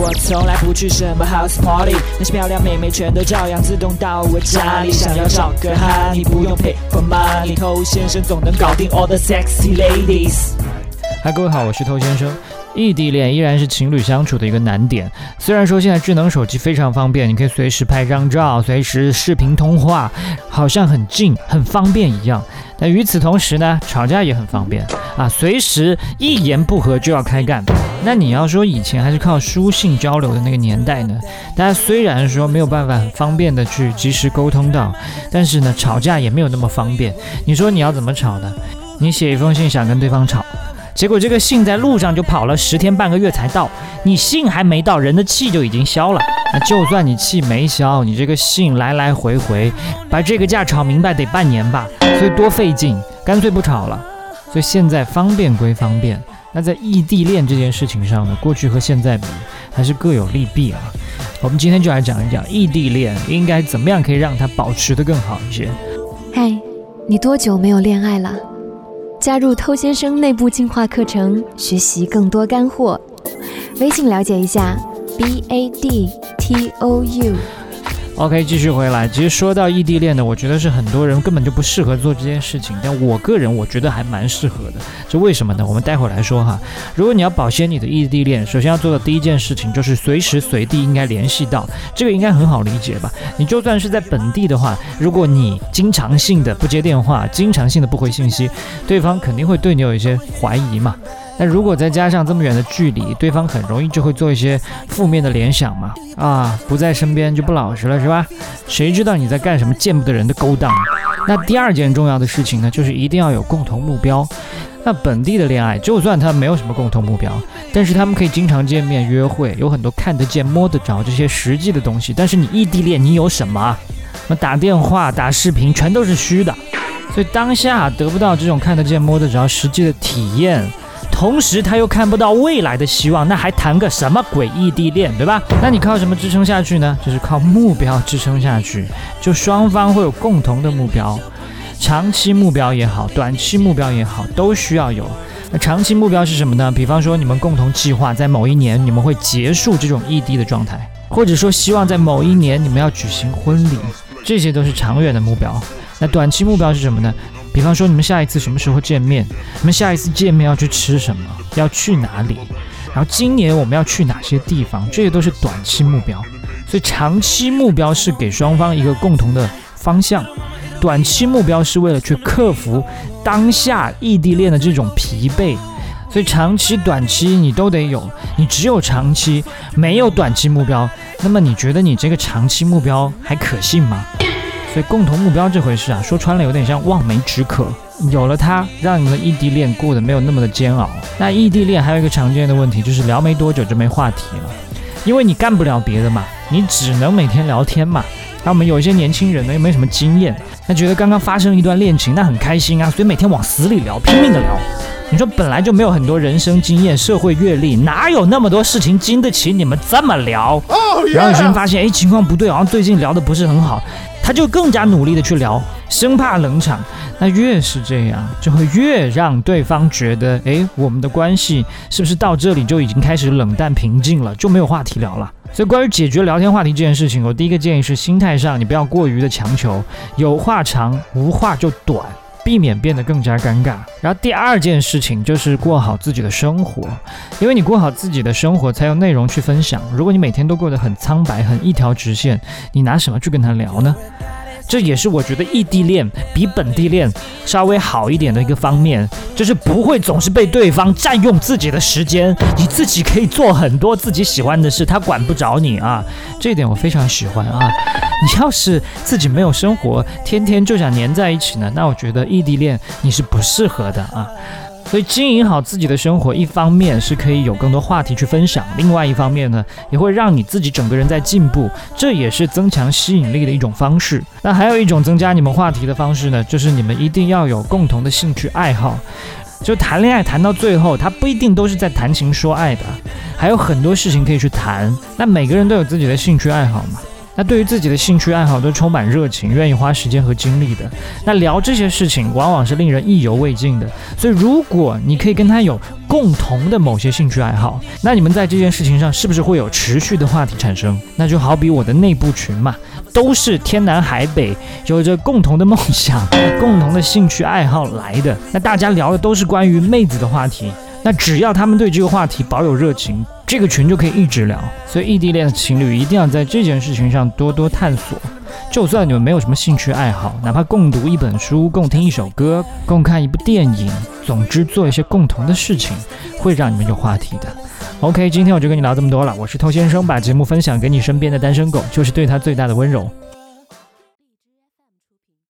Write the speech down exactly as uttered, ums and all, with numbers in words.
我从来不去什么 house party， 那些漂亮妹妹全都照样自动到我家里。想要找个哈，你不用 pay for money， 偷先生总能搞定 all the sexy ladies。 嗨，各位好，我是偷先生。异地恋依然是情侣相处的一个难点。虽然说现在智能手机非常方便，你可以随时拍张照，随时视频通话，好像很近很方便一样。但与此同时呢，吵架也很方便啊，随时一言不合就要开干。那你要说以前还是靠书信交流的那个年代呢，大家虽然说没有办法很方便的去及时沟通到，但是呢，吵架也没有那么方便。你说你要怎么吵呢？你写一封信想跟对方吵，结果这个信在路上就跑了十天半个月才到，你信还没到，人的气就已经消了。那就算你气没消，你这个信来来回回，把这个架吵明白得半年吧，所以多费劲，干脆不吵了。所以现在方便归方便，那在异地恋这件事情上呢，过去和现在比还是各有利弊啊。我们今天就来讲一讲异地恋应该怎么样可以让它保持得更好一些。 嗨，你多久没有恋爱了？加入偷先生内部进化课程，学习更多干货。微信了解一下 B A D T O U。OK， 继续回来。其实说到异地恋呢，我觉得是很多人根本就不适合做这件事情，但我个人我觉得还蛮适合的。这为什么呢？我们待会儿来说哈。如果你要保鲜你的异地恋，首先要做的第一件事情就是随时随地应该联系到，这个应该很好理解吧？你就算是在本地的话，如果你经常性的不接电话，经常性的不回信息，对方肯定会对你有一些怀疑嘛。那如果再加上这么远的距离，对方很容易就会做一些负面的联想嘛，啊，不在身边就不老实了，是吧？谁知道你在干什么见不得人的勾当？那第二件重要的事情呢，就是一定要有共同目标。那本地的恋爱，就算他没有什么共同目标，但是他们可以经常见面约会，有很多看得见摸得着这些实际的东西。但是你异地恋，你有什么？那打电话打视频全都是虚的，所以当下得不到这种看得见摸得着实际的体验，同时他又看不到未来的希望，那还谈个什么鬼异地恋，对吧？那你靠什么支撑下去呢？就是靠目标支撑下去，就双方会有共同的目标，长期目标也好，短期目标也好，都需要有。那长期目标是什么呢？比方说你们共同计划在某一年你们会结束这种异地的状态，或者说希望在某一年你们要举行婚礼，这些都是长远的目标。那短期目标是什么呢？比方说你们下一次什么时候见面，你们下一次见面要去吃什么，要去哪里，然后今年我们要去哪些地方，这些都是短期目标。所以长期目标是给双方一个共同的方向，短期目标是为了去克服当下异地恋的这种疲惫。所以长期短期你都得有，你只有长期没有短期目标，那么你觉得你这个长期目标还可信吗？所以共同目标这回事啊，说穿了有点像望梅止渴，有了它，让你们的异地恋过得没有那么的煎熬。那异地恋还有一个常见的问题，就是聊没多久就没话题了，因为你干不了别的嘛，你只能每天聊天嘛。那我们有一些年轻人呢，又没什么经验，那觉得刚刚发生一段恋情，那很开心啊，所以每天往死里聊，拼命的聊。你说本来就没有很多人生经验、社会阅历，哪有那么多事情经得起你们这么聊？ oh, yeah. 然后有些人发现，哎，情况不对，好像最近聊得不是很好，他就更加努力的去聊，生怕冷场。那越是这样，就会越让对方觉得，哎，我们的关系是不是到这里就已经开始冷淡平静了，就没有话题聊了？所以关于解决聊天话题这件事情，我第一个建议是心态上，你不要过于的强求，有话长，无话就短，避免变得更加尴尬。然后第二件事情就是过好自己的生活，因为你过好自己的生活才有内容去分享。如果你每天都过得很苍白，很一条直线，你拿什么去跟他聊呢？这也是我觉得异地恋比本地恋稍微好一点的一个方面，就是不会总是被对方占用自己的时间，你自己可以做很多自己喜欢的事，他管不着你啊，这一点我非常喜欢啊。你要是自己没有生活，天天就想黏在一起呢，那我觉得异地恋你是不适合的啊。所以经营好自己的生活，一方面是可以有更多话题去分享，另外一方面呢，也会让你自己整个人在进步，这也是增强吸引力的一种方式。那还有一种增加你们话题的方式呢，就是你们一定要有共同的兴趣爱好。就谈恋爱谈到最后，他不一定都是在谈情说爱的，还有很多事情可以去谈。那每个人都有自己的兴趣爱好嘛， 那对于自己的兴趣爱好都充满热情，愿意花时间和精力的，那聊这些事情往往是令人意犹未尽的。所以如果你可以跟他有共同的某些兴趣爱好，那你们在这件事情上是不是会有持续的话题产生？那就好比我的内部群嘛，都是天南海北，有着共同的梦想、共同的兴趣爱好来的，那大家聊的都是关于妹子的话题，那只要他们对这个话题保有热情，这个群就可以一直聊。所以异地恋的情侣一定要在这件事情上多多探索，就算你们没有什么兴趣爱好，哪怕共读一本书、共听一首歌、共看一部电影，总之做一些共同的事情，会让你们有话题的。OK， 今天我就跟你聊这么多了，我是偷先生，把节目分享给你身边的单身狗，就是对他最大的温柔。